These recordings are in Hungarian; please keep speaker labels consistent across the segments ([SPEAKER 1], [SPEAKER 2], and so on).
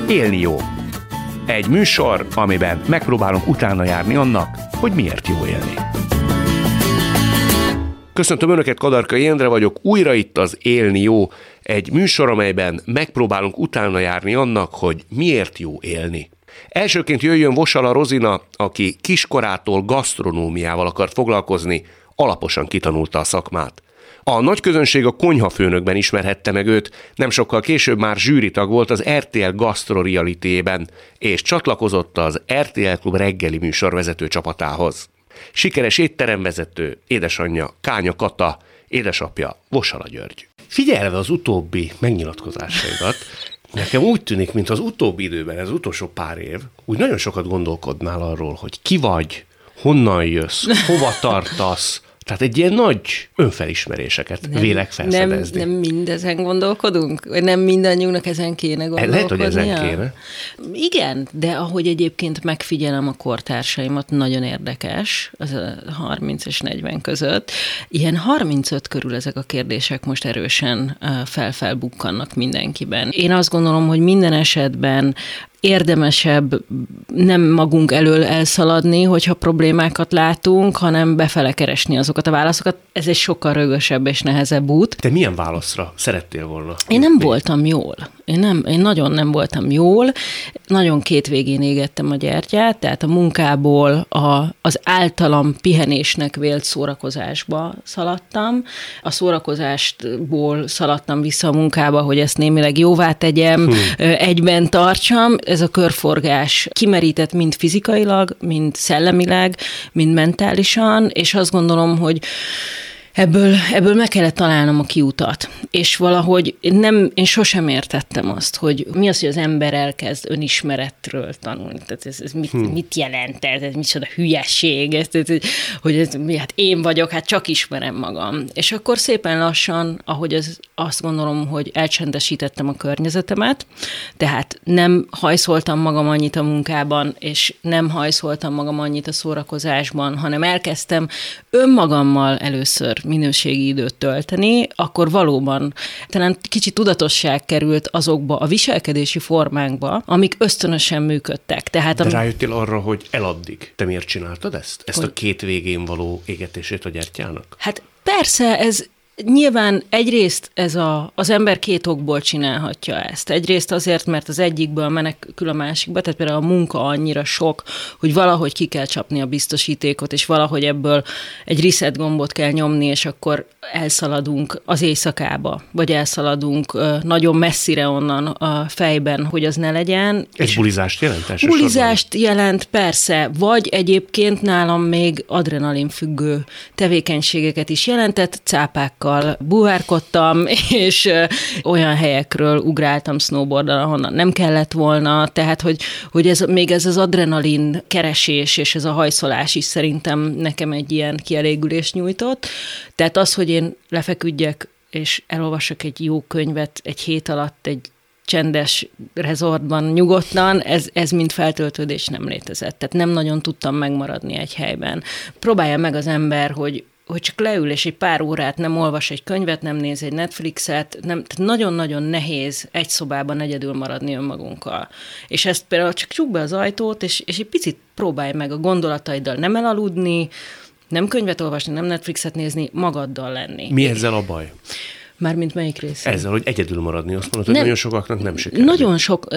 [SPEAKER 1] Élni jó. Egy műsor, amiben megpróbálunk utána járni annak, hogy miért jó élni. Köszöntöm Önöket, Kadarkai Endre vagyok, újra itt az Élni jó, egy műsor, amelyben megpróbálunk utána járni annak, hogy miért jó élni. Elsőként jöjjön Vosala Rozina, aki kiskorától gasztronómiával akart foglalkozni, alaposan kitanulta a szakmát. A nagy közönség a Konyhafőnökben ismerhette meg őt, nem sokkal később már zsűritag volt az RTL Gastro Reality-ében, és csatlakozott az RTL Klub reggeli műsorvezető csapatához. Sikeres étteremvezető, édesanyja Kánya Kata, édesapja Vosala György. Figyelve az utóbbi megnyilatkozásaidat, nekem úgy tűnik, mint az utóbbi időben, ez utolsó pár év, úgy nagyon sokat gondolkodnál arról, hogy ki vagy, honnan jössz, hova tartasz. Tehát egy ilyen nagy önfelismeréseket vélek felszedezni.
[SPEAKER 2] Nem mindezen gondolkodunk? Vagy nem mindannyiunknak ezen kéne gondolkodnia?
[SPEAKER 1] Lehet, hogy ezen kéne.
[SPEAKER 2] Igen, de ahogy egyébként megfigyelem a kortársaimat, nagyon érdekes, az a 30 és 40 között. Ilyen 35 körül ezek a kérdések most erősen felbukkannak mindenkiben. Én azt gondolom, hogy minden esetben érdemesebb nem magunk elől elszaladni, hogyha problémákat látunk, hanem befele keresni azokat a válaszokat. Ez egy sokkal rögösebb és nehezebb út.
[SPEAKER 1] Te milyen válaszra szerettél volna?
[SPEAKER 2] Én nem voltam jól. Én nagyon nem voltam jól. Nagyon két végén égettem a gyertyát, tehát a munkából az általam pihenésnek vélt szórakozásba szaladtam. A szórakozástból szaladtam vissza a munkába, hogy ezt némileg jóvá tegyem, egyben tartsam. Ez a körforgás kimerített mind fizikailag, mind szellemileg, mind mentálisan, és azt gondolom, hogy ebből meg kellett találnom a kiutat. És valahogy én sosem értettem azt, hogy mi az, hogy az ember elkezd önismeretről tanulni. Tehát ez mit jelent ez micsoda hülyeség, hát én vagyok, hát csak ismerem magam. És akkor szépen lassan, ahogy azt gondolom, hogy elcsendesítettem a környezetemet, tehát nem hajszoltam magam annyit a munkában, és nem hajszoltam magam annyit a szórakozásban, hanem elkezdtem önmagammal először minőségi időt tölteni, akkor valóban talán kicsit tudatosság került azokba a viselkedési formákba, amik ösztönösen működtek. Tehát,
[SPEAKER 1] de rájöttél arra, hogy eladdig. Te miért csináltad ezt? Ezt a két végén való égetését a gyertyának?
[SPEAKER 2] Hát persze, ez nyilván egyrészt az ember két okból csinálhatja ezt. Egyrészt azért, mert az egyikből menekül a másikba, tehát például a munka annyira sok, hogy valahogy ki kell csapni a biztosítékot, és valahogy ebből egy reset gombot kell nyomni, és akkor elszaladunk az éjszakába, vagy elszaladunk nagyon messzire onnan a fejben, hogy az ne legyen.
[SPEAKER 1] Ez bulizást jelent elsősorban?
[SPEAKER 2] Bulizást jelent, persze, vagy egyébként nálam még adrenalinfüggő tevékenységeket is jelentett, cápákkal búvárkodtam, és olyan helyekről ugráltam snowboarddal, ahonnan nem kellett volna, tehát, hogy ez az adrenalin keresés, és ez a hajszolás is szerintem nekem egy ilyen kielégülést nyújtott. Tehát az, hogy én lefeküdjek, és elolvasok egy jó könyvet egy hét alatt egy csendes rezortban nyugodtan, ez mind feltöltődés nem létezett. Tehát nem nagyon tudtam megmaradni egy helyben. Próbálja meg az ember, hogy csak leül, és egy pár órát nem olvas egy könyvet, nem néz egy Netflixet, tehát nagyon-nagyon nehéz egy szobában egyedül maradni önmagunkkal. És ezt például csak csukd be az ajtót, és egy picit próbálj meg a gondolataiddal nem elaludni, nem könyvet olvasni, nem Netflixet nézni, magaddal lenni.
[SPEAKER 1] Mi ezzel a baj?
[SPEAKER 2] Mármint melyik része?
[SPEAKER 1] Ezzel, hogy egyedül maradni, azt mondod, hogy nagyon sokaknak nem sikerül.
[SPEAKER 2] Nagyon sok,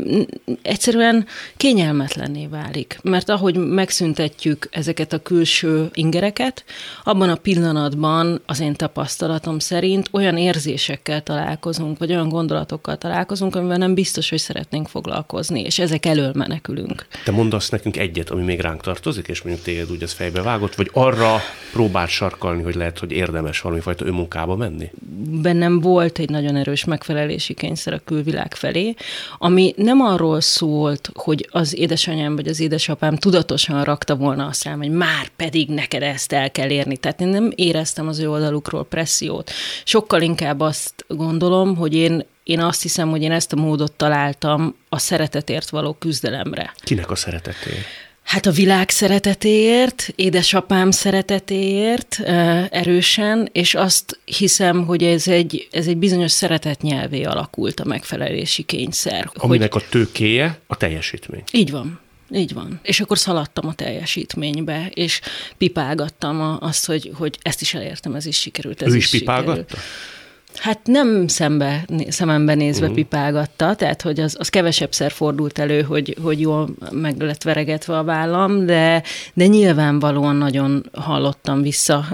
[SPEAKER 2] egyszerűen kényelmetlenné válik, mert ahogy megszüntetjük ezeket a külső ingereket, abban a pillanatban az én tapasztalatom szerint olyan érzésekkel találkozunk, vagy olyan gondolatokkal találkozunk, amivel nem biztos, hogy szeretnénk foglalkozni, és ezek elől menekülünk.
[SPEAKER 1] Te mondasz nekünk egyet, ami még ránk tartozik, és mondjuk téged úgy az fejbe vágott, vagy arra próbáld sarkalni, hogy lehet, hogy érdemes valamifajta önmunkába menni?
[SPEAKER 2] Bennem volt egy nagyon erős megfelelési kényszer a külvilág felé, ami nem arról szólt, hogy az édesanyám vagy az édesapám tudatosan rakta volna azt rám, hogy már pedig neked ezt el kell érni. Tehát én nem éreztem az ő oldalukról pressziót. Sokkal inkább azt gondolom, hogy én azt hiszem, hogy én ezt a módot találtam a szeretetért való küzdelemre.
[SPEAKER 1] Kinek a szeretetért?
[SPEAKER 2] Hát a világ szeretetéért, édesapám szeretetéért erősen, és azt hiszem, hogy ez egy bizonyos szeretetnyelvé alakult a megfelelési kényszer.
[SPEAKER 1] Aminek a tőkéje a teljesítmény.
[SPEAKER 2] Így van. Így van. És akkor szaladtam a teljesítménybe, és pipálgattam azt, hogy ezt is elértem, ez is sikerült. Ez
[SPEAKER 1] ő is pipálgatta?
[SPEAKER 2] Hát nem szemembe nézve pipálgatta, tehát hogy az kevesebbszer fordult elő, hogy jól meg lett veregetve a vállam, de nyilvánvalóan nagyon hallottam vissza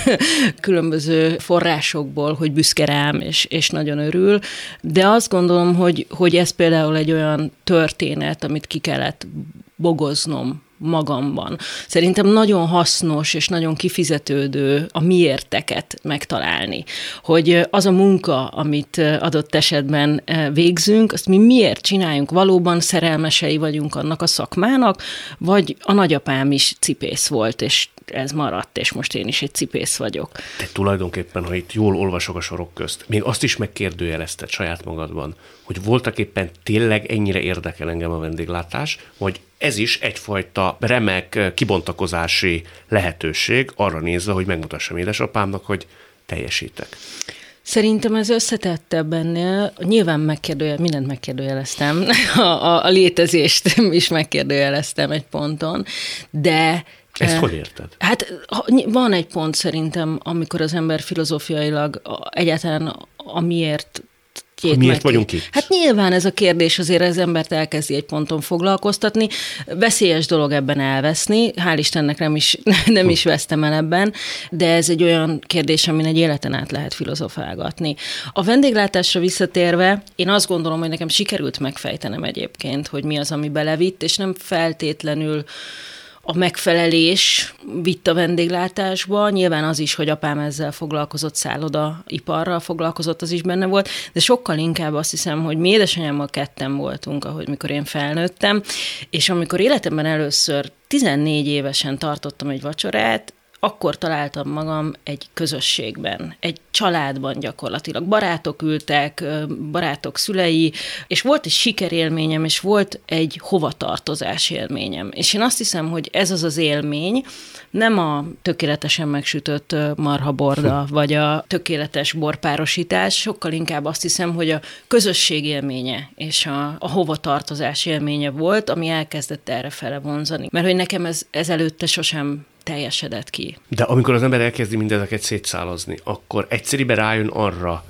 [SPEAKER 2] különböző forrásokból, hogy büszke rám, és nagyon örül, de azt gondolom, hogy ez például egy olyan történet, amit ki kellett bogoznom magamban. Szerintem nagyon hasznos és nagyon kifizetődő a miérteket megtalálni, hogy az a munka, amit adott esetben végzünk, azt mi miért csináljunk, valóban szerelmesei vagyunk annak a szakmának, vagy a nagyapám is cipész volt, és ez maradt, és most én is egy cipész vagyok.
[SPEAKER 1] Te tulajdonképpen, ha itt jól olvasok a sorok közt, még azt is megkérdőjelezted saját magadban, hogy voltak éppen tényleg ennyire érdekel engem a vendéglátás, vagy ez is egyfajta remek kibontakozási lehetőség arra nézve, hogy megmutassam édesapámnak, hogy teljesítek.
[SPEAKER 2] Szerintem ez összetettebb ennél. Nyilván mindent megkérdőjeleztem, a létezést is megkérdőjeleztem egy ponton, de
[SPEAKER 1] ezt hogy érted?
[SPEAKER 2] Hát van egy pont szerintem, amikor az ember filozófiailag egyáltalán miért
[SPEAKER 1] vagyunk itt?
[SPEAKER 2] Hát nyilván ez a kérdés azért az embert elkezdi egy ponton foglalkoztatni. Veszélyes dolog ebben elveszni, hál' Istennek nem is vesztem el ebben, de ez egy olyan kérdés, amin egy életen át lehet filozofálgatni. A vendéglátásra visszatérve, én azt gondolom, hogy nekem sikerült megfejtenem egyébként, hogy mi az, ami belevitt, és nem feltétlenül a megfelelés vitt a vendéglátásba, nyilván az is, hogy apám ezzel foglalkozott, szállodaiparral foglalkozott, az is benne volt, de sokkal inkább azt hiszem, hogy mi édesanyámmal ketten voltunk, mikor én felnőttem, és amikor életemben először 14 évesen tartottam egy vacsorát, akkor találtam magam egy közösségben, egy családban gyakorlatilag. Barátok ültek, barátok szülei, és volt egy sikerélményem, és volt egy hovatartozás élményem. És én azt hiszem, hogy ez az élmény, nem a tökéletesen megsütött marhaborda, vagy a tökéletes borpárosítás, sokkal inkább azt hiszem, hogy a közösség élménye és a hovatartozás élménye volt, ami elkezdett errefele vonzani. Mert hogy nekem ez előtte sosem teljesedett ki.
[SPEAKER 1] De amikor az ember elkezdi mindezeket szétszálazni, akkor egyszerűen rájön arra,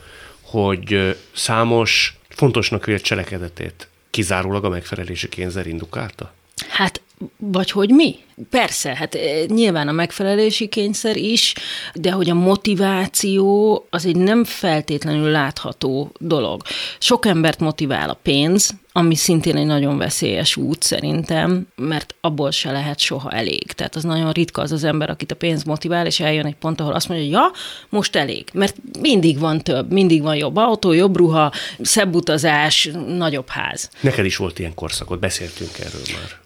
[SPEAKER 1] hogy számos fontosnak vélt cselekedetét kizárólag a megfelelési kényszer indukálta?
[SPEAKER 2] Hát, vagy hogy mi? Persze, hát nyilván a megfelelési kényszer is, de hogy a motiváció az egy nem feltétlenül látható dolog. Sok embert motivál a pénz, ami szintén egy nagyon veszélyes út szerintem, mert abból se lehet soha elég. Tehát az nagyon ritka az ember, akit a pénz motivál, és eljön egy pont, ahol azt mondja, hogy ja, most elég. Mert mindig van több, mindig van jobb autó, jobb ruha, szebb utazás, nagyobb ház.
[SPEAKER 1] Neked is volt ilyen korszakod, beszéltünk erről már.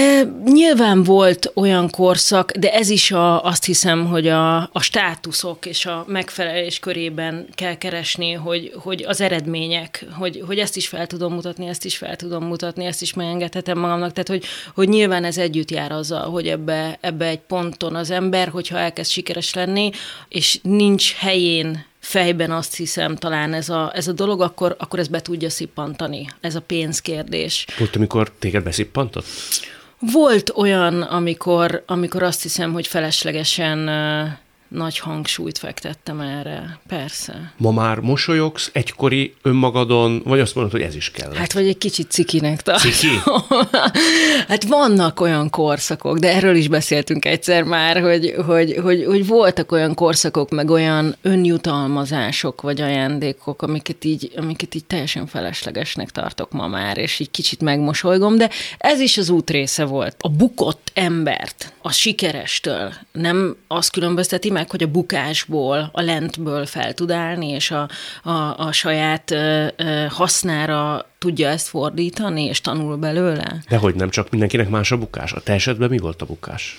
[SPEAKER 2] Nyilván volt olyan korszak, de ez is azt hiszem, hogy a státuszok és a megfelelés körében kell keresni, hogy az eredmények, hogy ezt is fel tudom mutatni, ezt is fel tudom mutatni, ezt is megengedhetem magamnak. Tehát, hogy nyilván ez együtt jár azzal, hogy ebbe egy ponton az ember, hogyha elkezd sikeres lenni, és nincs helyén fejben azt hiszem, talán ez a dolog, akkor ez be tudja szippantani, ez a pénzkérdés.
[SPEAKER 1] Volt, amikor téged beszippantott?
[SPEAKER 2] Volt olyan, amikor azt hiszem, hogy feleslegesen nagy hangsúlyt fektettem erre, persze.
[SPEAKER 1] Ma már mosolyogsz egykori önmagadon, vagy azt mondod, hogy ez is kell?
[SPEAKER 2] Hát, vagy egy kicsit cikinek tartom.
[SPEAKER 1] Ciki?
[SPEAKER 2] Hát vannak olyan korszakok, de erről is beszéltünk egyszer már, hogy voltak olyan korszakok, meg olyan önjutalmazások, vagy ajándékok, amiket így teljesen feleslegesnek tartok ma már, és így kicsit megmosolygom, de ez is az út része volt. A bukott embert a sikerestől nem azt különbözteti meg, hogy a bukásból, a lentből fel tud állni, és a saját hasznára tudja ezt fordítani, és tanul belőle?
[SPEAKER 1] Dehogy nem, csak mindenkinek más a bukás. A te esetben mi volt a bukás?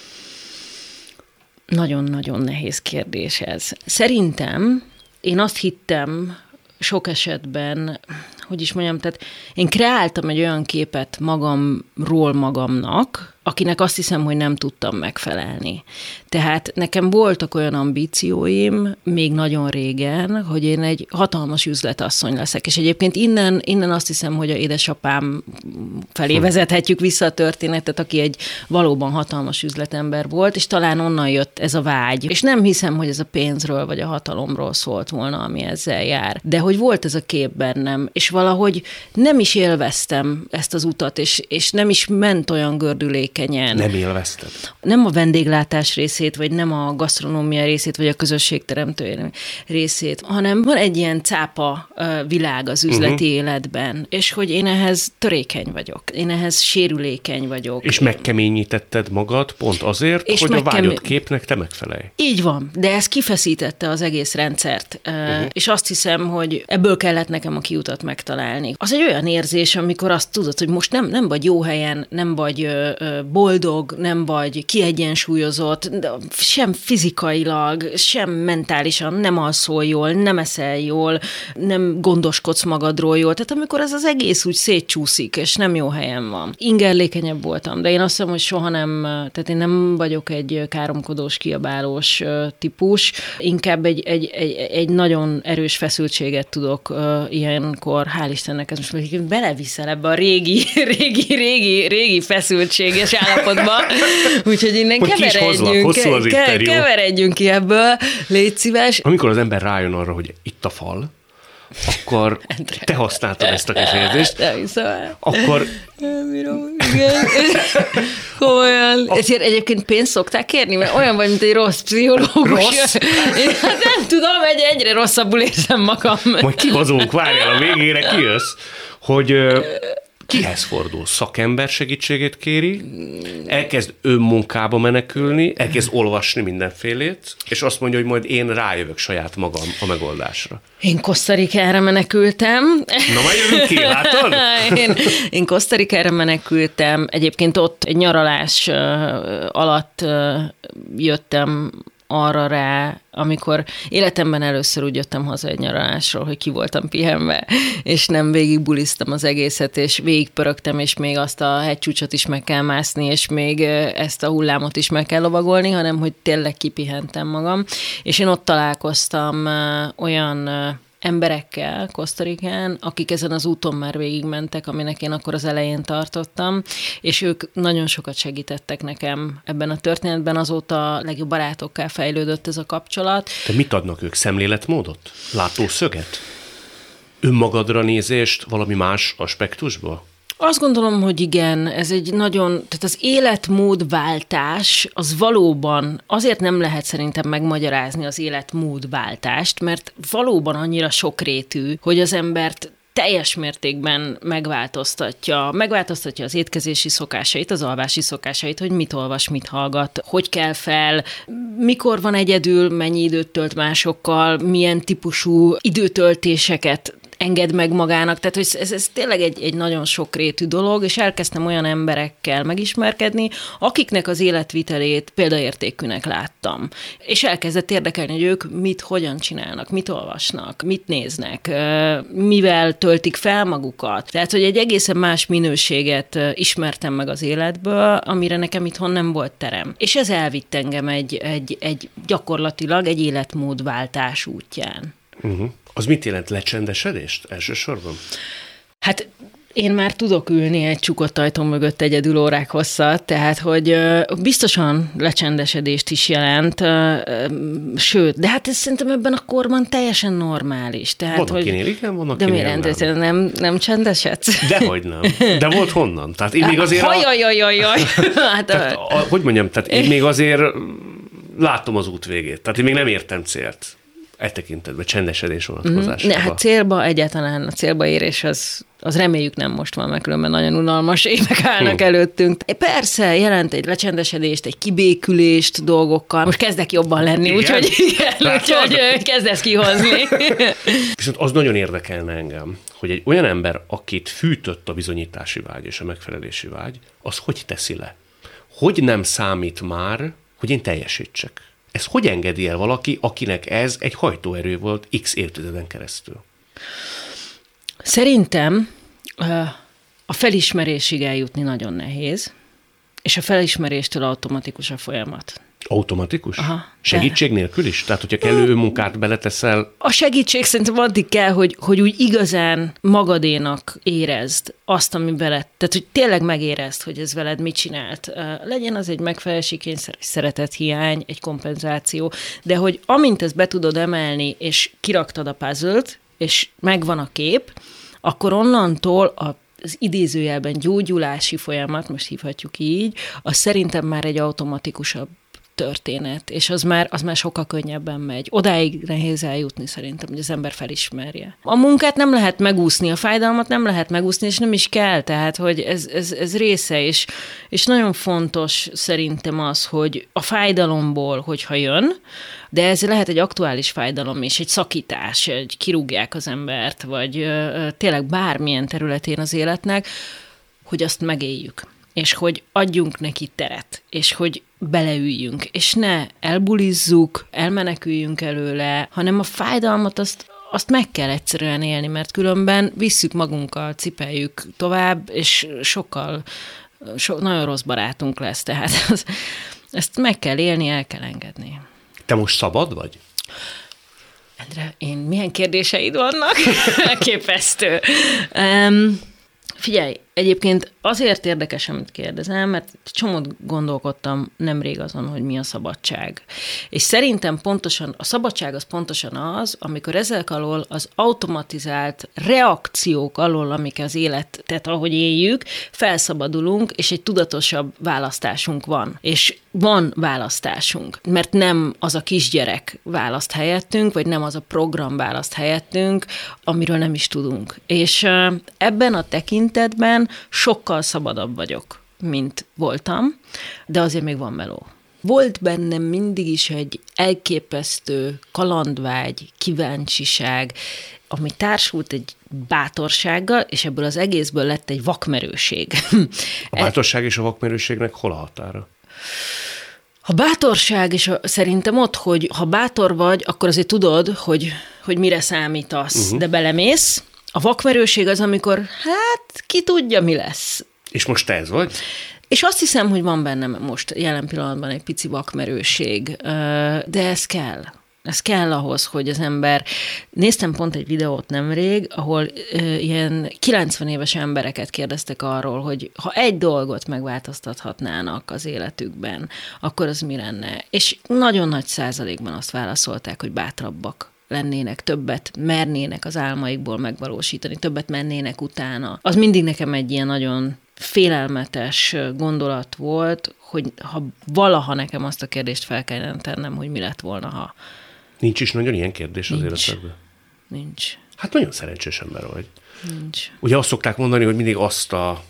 [SPEAKER 2] Nagyon-nagyon nehéz kérdés ez. Szerintem én azt hittem sok esetben, hogy is mondjam, tehát én kreáltam egy olyan képet magamról magamnak, akinek azt hiszem, hogy nem tudtam megfelelni. Tehát nekem voltak olyan ambícióim, még nagyon régen, hogy én egy hatalmas üzletasszony leszek. És egyébként innen azt hiszem, hogy a édesapám felé vezethetjük vissza a történetet, aki egy valóban hatalmas üzletember volt, és talán onnan jött ez a vágy. És nem hiszem, hogy ez a pénzről vagy a hatalomról szólt volna, ami ezzel jár. De hogy volt ez a kép bennem, és valahogy nem is élveztem ezt az utat, és nem is ment olyan gördülékenyen.
[SPEAKER 1] Nem élvezted?
[SPEAKER 2] Nem a vendéglátás részét, vagy nem a gasztronómia részét, vagy a közösségteremtő részét, hanem van egy ilyen cápa világ az üzleti életben, és hogy én ehhez törékeny vagyok, én ehhez sérülékeny vagyok.
[SPEAKER 1] És megkeményítetted magad pont azért, és hogy a vágyott képnek te megfelelj.
[SPEAKER 2] Így van, de ez kifeszítette az egész rendszert, és azt hiszem, hogy ebből kellett nekem a kiutat megtalálni. Az egy olyan érzés, amikor azt tudod, hogy most nem vagy jó helyen, nem vagy boldog, nem vagy kiegyensúlyozott, sem fizikailag, sem mentálisan, nem alszol jól, nem eszel jól, nem gondoskodsz magadról jól. Tehát amikor ez az egész úgy szétcsúszik, és nem jó helyen van. Ingerlékenyebb voltam, de én azt hiszem, hogy soha nem, tehát én nem vagyok egy káromkodós, kiabálós típus, inkább egy nagyon erős feszültséget tudok ilyenkor, hál' Istennek, ez most beleviszel ebbe a régi feszültséges állapotba, úgyhogy innen keveredjünk ki ebből, légy szíves.
[SPEAKER 1] Amikor az ember rájön arra, hogy itt a fal, akkor te használtad ezt a kifejezést. Akkor...
[SPEAKER 2] Nem bírom, igen. Komolyan. Ezért egyébként pénzt szokták kérni, mert olyan vagy, mint egy rossz pszichológus.
[SPEAKER 1] Rossz?
[SPEAKER 2] Én nem tudom, egyre rosszabbul érzem magam.
[SPEAKER 1] Majd kihozunk, várjál, a végére kijössz, hogy... Kihez fordul? Szakember segítségét kéri, elkezd önmunkába menekülni, elkezd olvasni mindenfélét, és azt mondja, hogy majd én rájövök saját magam a megoldásra.
[SPEAKER 2] Én Costa Ricára menekültem.
[SPEAKER 1] Na, majd jövünk ki, látod?
[SPEAKER 2] Én Costa Ricára menekültem. Egyébként ott egy nyaralás alatt jöttem arra rá, amikor életemben először úgy jöttem haza egy nyaralásról, hogy ki voltam pihenve, és nem végig buliztam az egészet, és végig pörögtem, és még azt a hegycsúcsot is meg kell mászni, és még ezt a hullámot is meg kell lovagolni, hanem hogy tényleg kipihentem magam. És én ott találkoztam olyan emberekkel Costa Ricán, akik ezen az úton már végigmentek, aminek én akkor az elején tartottam, és ők nagyon sokat segítettek nekem ebben a történetben, azóta legjobb barátokká fejlődött ez a kapcsolat.
[SPEAKER 1] De mit adnak ők? Szemléletmódot? Látószöget? Önmagadra nézést valami más aspektusból?
[SPEAKER 2] Azt gondolom, hogy igen, ez egy nagyon, tehát az életmódváltás az valóban, azért nem lehet szerintem megmagyarázni az életmódváltást, mert valóban annyira sokrétű, hogy az embert teljes mértékben megváltoztatja az étkezési szokásait, az alvási szokásait, hogy mit olvas, mit hallgat, hogy kell fel, mikor van egyedül, mennyi időt tölt másokkal, milyen típusú időtöltéseket enged meg magának, tehát hogy ez tényleg egy nagyon sokrétű dolog, és elkezdtem olyan emberekkel megismerkedni, akiknek az életvitelét példaértékűnek láttam. És elkezdett érdekelni, hogy ők hogyan csinálnak, mit olvasnak, mit néznek, mivel töltik fel magukat. Tehát, hogy egy egészen más minőséget ismertem meg az életből, amire nekem itthon nem volt terem. És ez elvitt engem egy gyakorlatilag egy életmódváltás útján.
[SPEAKER 1] Uh-huh. Az mit jelent, lecsendesedést elsősorban? Hát
[SPEAKER 2] én már tudok ülni egy csukott ajtó mögött egyedül órák hosszat, tehát hogy biztosan lecsendesedést is jelent, sőt, de hát ez szerintem ebben a korban teljesen normális. Tehát,
[SPEAKER 1] van, akinél igen, van,
[SPEAKER 2] akinél nem. Nem csendesedsz?
[SPEAKER 1] Dehogy nem. De volt honnan. Tehát én még azért...
[SPEAKER 2] Hát,
[SPEAKER 1] hogy mondjam, tehát én még azért látom az út végét. Tehát én még nem értem célt. Tekintetben, csendesedés vonatkozásában.
[SPEAKER 2] Hát célba egyáltalán, a célba érés az reméljük nem most van, mert különben nagyon unalmas évek állnak előttünk. Persze, jelent egy lecsendesedést, egy kibékülést dolgokkal. Most kezdek jobban lenni, úgyhogy kezdesz kihozni.
[SPEAKER 1] Viszont az nagyon érdekelne engem, hogy egy olyan ember, akit fűtött a bizonyítási vágy és a megfelelési vágy, az hogy teszi le? Hogy nem számít már, hogy én teljesítsek? Ez hogy engedi el valaki, akinek ez egy hajtóerő volt x évtizeden keresztül?
[SPEAKER 2] Szerintem a felismerésig eljutni nagyon nehéz, és a felismeréstől automatikus a folyamat.
[SPEAKER 1] Automatikus?
[SPEAKER 2] Aha.
[SPEAKER 1] Segítség nélkül is? Tehát, hogyha kellő munkát beleteszel?
[SPEAKER 2] A segítség szerintem addig kell, hogy úgy igazán magadénak érezd azt, ami veled, tehát hogy tényleg megérezd, hogy ez veled mit csinált. Legyen az egy megfelelési kényszer, egy szeretethiány, egy kompenzáció, de hogy amint ezt be tudod emelni, és kiraktad a puzzle-t, és megvan a kép, akkor onnantól az idézőjelben gyógyulási folyamat, most hívhatjuk így, az szerintem már egy automatikusabb történet, és az már sokkal könnyebben megy. Odáig nehéz eljutni szerintem, hogy az ember felismerje. A munkát nem lehet megúszni, a fájdalmat nem lehet megúszni, és nem is kell, tehát, hogy ez része, és nagyon fontos szerintem az, hogy a fájdalomból, hogyha jön, de ez lehet egy aktuális fájdalom is, egy szakítás, egy kirúgják az embert, vagy tényleg bármilyen területén az életnek, hogy azt megéljük, és hogy adjunk neki teret, és hogy beleüljünk, és ne elbulizzuk, elmeneküljünk előle, hanem a fájdalmat azt meg kell egyszerűen élni, mert különben visszük magunkkal, cipeljük tovább, és nagyon rossz barátunk lesz, tehát ezt meg kell élni, el kell engedni.
[SPEAKER 1] Te most szabad vagy?
[SPEAKER 2] Endre, milyen kérdéseid vannak? Elképesztő. Figyelj, egyébként azért érdekes, amit kérdezem, mert csomót gondolkodtam nemrég azon, hogy mi a szabadság. És szerintem pontosan, a szabadság az pontosan az, amikor ezek alól az automatizált reakciók alól, amik az életet, ahogy éljük, felszabadulunk, és egy tudatosabb választásunk van. És van választásunk, mert nem az a kisgyerek választ helyettünk, vagy nem az a program választ helyettünk, amiről nem is tudunk. És ebben a tekintetben sokkal szabadabb vagyok, mint voltam, de azért még van meló. Volt bennem mindig is egy elképesztő kalandvágy, kíváncsiság, ami társult egy bátorsággal, és ebből az egészből lett egy vakmerőség.
[SPEAKER 1] A bátorság és a vakmerőségnek hol a határa?
[SPEAKER 2] A bátorság, és szerintem ott, hogy ha bátor vagy, akkor azért tudod, hogy mire számítasz, de belemész. A vakmerőség az, amikor, ki tudja, mi lesz.
[SPEAKER 1] És most te ez vagy?
[SPEAKER 2] És azt hiszem, hogy van bennem most jelen pillanatban egy pici vakmerőség, de ez kell. Ez kell ahhoz, hogy az ember... Néztem pont egy videót nemrég, ahol ilyen 90 éves embereket kérdeztek arról, hogy ha egy dolgot megváltoztathatnának az életükben, akkor az mi lenne? És nagyon nagy százalékban azt válaszolták, hogy bátrabbak lennének, többet mernének az álmaikból megvalósítani, többet mennének utána. Az mindig nekem egy ilyen nagyon félelmetes gondolat volt, hogy ha valaha nekem azt a kérdést fel kellene tennem, hogy mi lett volna, ha...
[SPEAKER 1] Nincs is nagyon ilyen kérdés az életedben?
[SPEAKER 2] Nincs.
[SPEAKER 1] Hát nagyon szerencsés ember vagy.
[SPEAKER 2] Nincs.
[SPEAKER 1] Ugye azt szokták mondani, hogy mindig azt a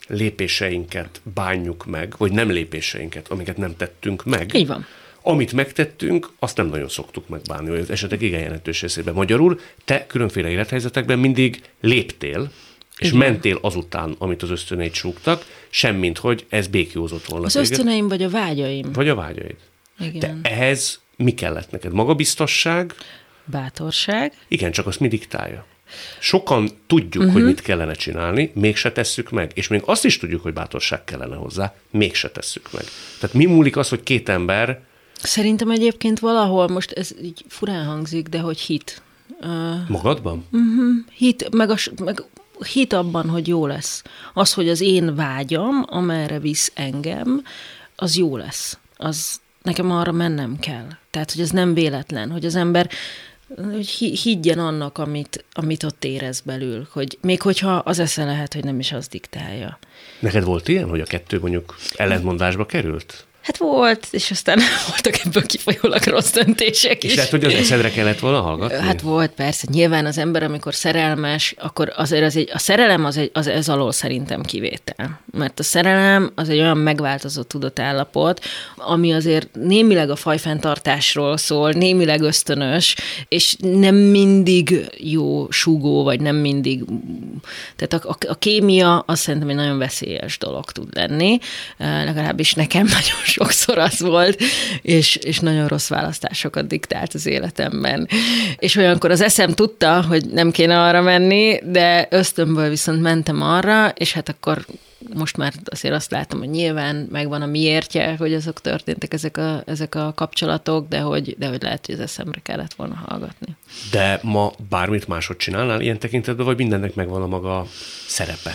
[SPEAKER 1] lépéseinket bánjuk meg, vagy nem lépéseinket, amiket nem tettünk meg.
[SPEAKER 2] Így van.
[SPEAKER 1] Amit megtettünk, azt nem nagyon szoktuk megbánni, hogy az esetek igen jelentős részében. Magyarul te különféle élethelyzetekben mindig léptél, és igen, mentél azután, amit az ösztöneid súgtak, semmint, hogy ez békjózott volna.
[SPEAKER 2] Az ösztöneim vagy a vágyaim.
[SPEAKER 1] Vagy a vágyaid.
[SPEAKER 2] Igen.
[SPEAKER 1] De ehhez mi kellett neked? Magabiztosság?
[SPEAKER 2] Bátorság.
[SPEAKER 1] Igen, csak azt mi diktálja. Sokan tudjuk, hogy mit kellene csinálni, mégse tesszük meg. És még azt is tudjuk, hogy bátorság kellene hozzá, mégse tesszük meg. Tehát mi múlik az, hogy két ember...
[SPEAKER 2] Szerintem egyébként valahol, most ez így furán hangzik, de hogy hit.
[SPEAKER 1] Magadban?
[SPEAKER 2] Hit, meg hit abban, hogy jó lesz. Az, hogy az én vágyam, amerre visz engem, az jó lesz. Az nekem arra mennem kell. Tehát, hogy ez nem véletlen, hogy az ember hogy higgyen annak, amit ott érez belül, hogy még hogyha az esze lehet, hogy nem is az diktálja.
[SPEAKER 1] Neked volt ilyen, hogy a kettő mondjuk ellentmondásba került?
[SPEAKER 2] Hát volt, és aztán voltak ebből kifolyólag rossz döntések is.
[SPEAKER 1] És lehet, hogy az eszedre kellett volna hallgatni?
[SPEAKER 2] Hát volt, persze. Nyilván az ember, amikor szerelmes, akkor azért a szerelem az ez alól szerintem kivétel. Mert a szerelem az egy olyan megváltozott tudatállapot, ami azért némileg a fajfenntartásról szól, némileg ösztönös, és nem mindig jó súgó, vagy nem mindig... Tehát a kémia az szerintem egy nagyon veszélyes dolog tud lenni. Legalábbis nekem nagyon sokszor az volt, és nagyon rossz választásokat diktált az életemben. És olyankor az eszem tudta, hogy nem kéne arra menni, de ösztönből viszont mentem arra, és hát akkor most már azért azt látom, hogy nyilván megvan a miértje, hogy azok történtek, ezek a kapcsolatok, de hogy lehet, hogy az eszemre kellett volna hallgatni.
[SPEAKER 1] De ma bármit máshogy csinálnál ilyen tekintetben, vagy mindennek megvan a maga szerepe?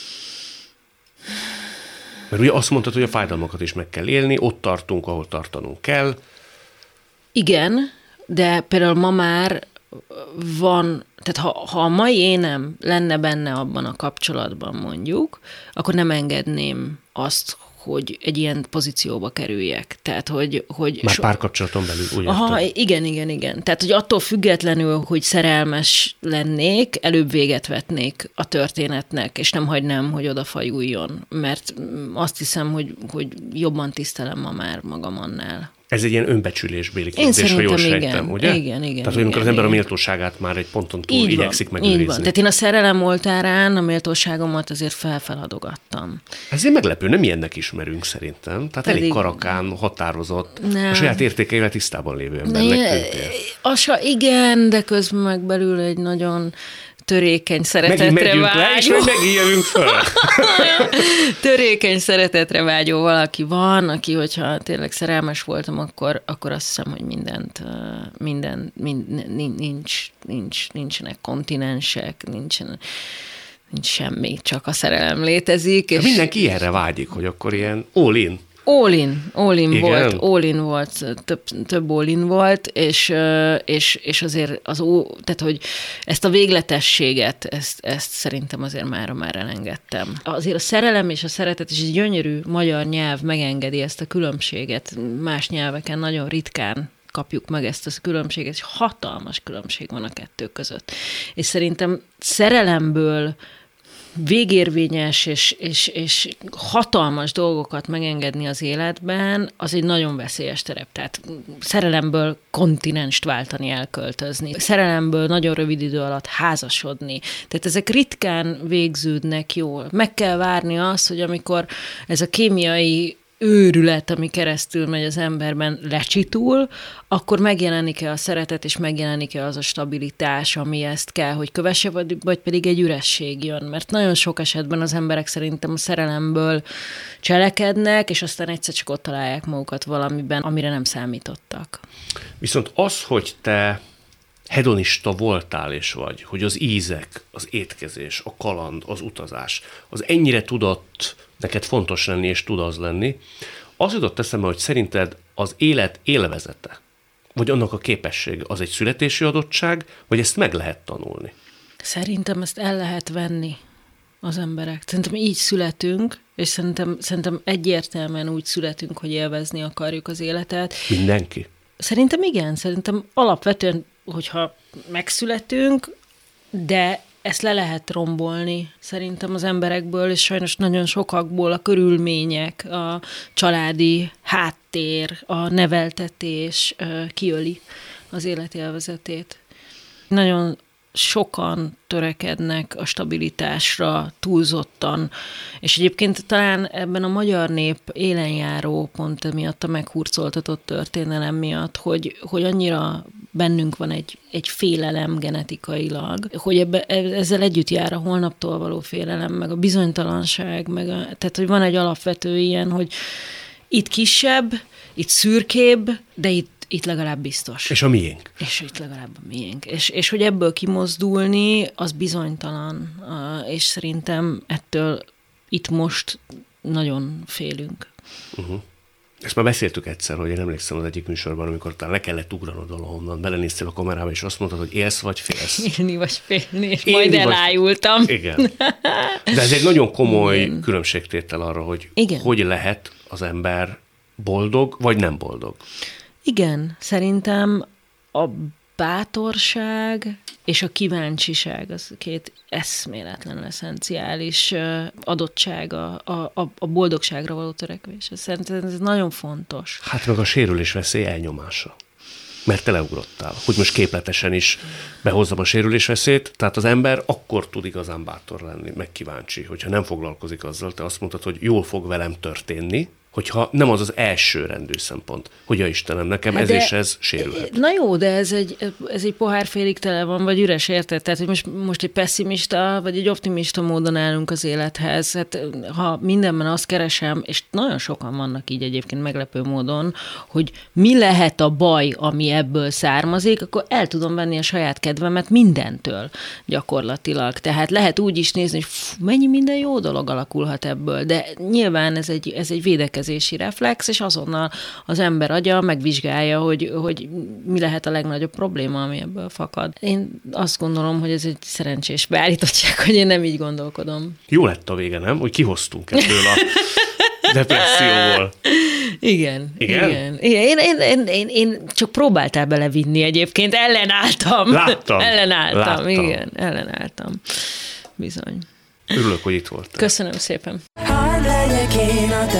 [SPEAKER 1] Mert ugye azt mondtad, hogy a fájdalmakat is meg kell élni, ott tartunk, ahol tartanunk kell.
[SPEAKER 2] Igen, de például ma már van, tehát ha a mai énem lenne benne abban a kapcsolatban mondjuk, akkor nem engedném azt, hogy egy ilyen pozícióba kerüljek. Tehát, hogy
[SPEAKER 1] már párkapcsolaton belül, úgy
[SPEAKER 2] aha, igen. Tehát, hogy attól függetlenül, hogy szerelmes lennék, előbb véget vetnék a történetnek, és nem hagynám, hogy odafajuljon. Mert azt hiszem, hogy jobban tisztelem ma már magam annál.
[SPEAKER 1] Ez egy ilyen önbecsülésbéli kérdés, ha jól sejtem, ugye?
[SPEAKER 2] Igen.
[SPEAKER 1] Tehát, hogy amikor az ember a méltóságát már egy ponton túl igyekszik megőrizni.
[SPEAKER 2] Így van. Tehát én a szerelem oltárán a méltóságomat azért felfeladogattam.
[SPEAKER 1] Ezért meglepő, nem ilyennek ismerünk szerintem. Tehát elég karakán, határozott, a saját értékeivel tisztában lévő embernek tűntél.
[SPEAKER 2] Igen, de közben meg belül egy nagyon törékeny szeretetre vágyó.
[SPEAKER 1] És megijövünk föl.
[SPEAKER 2] Törékeny szeretetre vágyó valaki van, aki, hogyha tényleg szerelmes voltam, akkor azt hiszem, hogy nincsenek kontinensek, nincs semmi, csak a szerelem létezik. És
[SPEAKER 1] mindenki ilyenre vágyik, hogy akkor ilyen all-in.
[SPEAKER 2] All in volt, több all in volt, és azért tehát, hogy ezt a végletességet, ezt szerintem azért már elengedtem. Azért a szerelem és a szeretet is egy gyönyörű magyar nyelv megengedi ezt a különbséget. Más nyelveken nagyon ritkán kapjuk meg ezt a különbséget, és hatalmas különbség van a kettő között. És szerintem szerelemből végérvényes és hatalmas dolgokat megengedni az életben, az egy nagyon veszélyes terep. Tehát szerelemből kontinenst váltani, elköltözni. Szerelemből nagyon rövid idő alatt házasodni. Tehát ezek ritkán végződnek jól. Meg kell várni azt, hogy amikor ez a kémiai őrület, ami keresztül megy az emberben, lecsitul, akkor megjelenik-e a szeretet, és megjelenik-e az a stabilitás, ami ezt kell, hogy kövesse, vagy pedig egy üresség jön. Mert nagyon sok esetben az emberek szerintem a szerelemből cselekednek, és aztán egyszer csak ott találják magukat valamiben, amire nem számítottak.
[SPEAKER 1] Viszont az, hogy te hedonista voltál és vagy, hogy az ízek, az étkezés, a kaland, az utazás, az ennyire tudott neked fontos lenni és tud az lenni, az jutott eszembe, hogy szerinted az élet élvezete, vagy annak a képessége, az egy születési adottság, vagy ezt meg lehet tanulni?
[SPEAKER 2] Szerintem ezt el lehet venni az emberek. Szerintem így születünk, és szerintem egyértelműen úgy születünk, hogy élvezni akarjuk az életet.
[SPEAKER 1] Mindenki?
[SPEAKER 2] Szerintem igen. Szerintem alapvetően, hogyha megszületünk, de ezt le lehet rombolni szerintem az emberekből, és sajnos nagyon sokakból a körülmények, a családi háttér, a neveltetés kiöli az életélvezetét. Nagyon sokan törekednek a stabilitásra túlzottan, és egyébként talán ebben a magyar nép élenjáró pont emiatt a meghurcoltatott történelem miatt, hogy annyira bennünk van egy félelem genetikailag, hogy ezzel együtt jár a holnaptól való félelem, meg a bizonytalanság, tehát hogy van egy alapvető ilyen, hogy itt kisebb, itt szürkébb, de itt legalább biztos.
[SPEAKER 1] És a miénk.
[SPEAKER 2] És itt legalább a miénk. És hogy ebből kimozdulni, az bizonytalan. És szerintem ettől itt most nagyon félünk.
[SPEAKER 1] Uh-huh. Ezt már beszéltük egyszer, hogy én emlékszem az egyik műsorban, amikor talán le kellett ugranod valahonnan, belenéztél a kamerába, és azt mondtad, hogy élsz vagy félsz.
[SPEAKER 2] Élni vagy félni, és majd elájultam.
[SPEAKER 1] Igen. De ez egy nagyon komoly különbségtétel arra, hogy
[SPEAKER 2] igen.
[SPEAKER 1] Hogy lehet az ember boldog, vagy nem boldog. Igen,
[SPEAKER 2] szerintem a bátorság és a kíváncsiság az két eszméletlenül eszenciális adottság a boldogságra való törekvés. Szerintem ez nagyon fontos.
[SPEAKER 1] Hát meg a sérülés veszély elnyomása. Mert te leugrottál. Hogy most képletesen is behozzam a sérülésveszélyt, tehát az ember akkor tud igazán bátor lenni, meg kíváncsi, hogyha nem foglalkozik azzal. Te azt mondtad, hogy jól fog velem történni, hogyha nem az elsőrendű szempont, hogy a Istenem, nekem ez és ez sérülhet.
[SPEAKER 2] Na jó, de ez egy pohár félig tele van, vagy üres, érted? Tehát, hogy most egy pessimista, vagy egy optimista módon állunk az élethez. Hát, ha mindenben azt keresem, és nagyon sokan vannak így egyébként meglepő módon, hogy mi lehet a baj, ami ebből származik, akkor el tudom venni a saját kedvemet mindentől gyakorlatilag. Tehát lehet úgy is nézni, hogy mennyi minden jó dolog alakulhat ebből, de nyilván ez egy védekezési reflex, és azonnal az ember agya megvizsgálja, hogy mi lehet a legnagyobb probléma, ami ebből fakad. Én azt gondolom, hogy ez egy szerencsés beállítottság, hogy én nem így gondolkodom.
[SPEAKER 1] Jó lett a vége, nem? Hogy kihoztunk ebből a depresszióból.
[SPEAKER 2] Igen. Én csak próbáltál belevinni egyébként, ellenálltam.
[SPEAKER 1] Láttam.
[SPEAKER 2] Igen, ellenálltam. Bizony.
[SPEAKER 1] Örülök, hogy itt voltál.
[SPEAKER 2] Köszönöm szépen.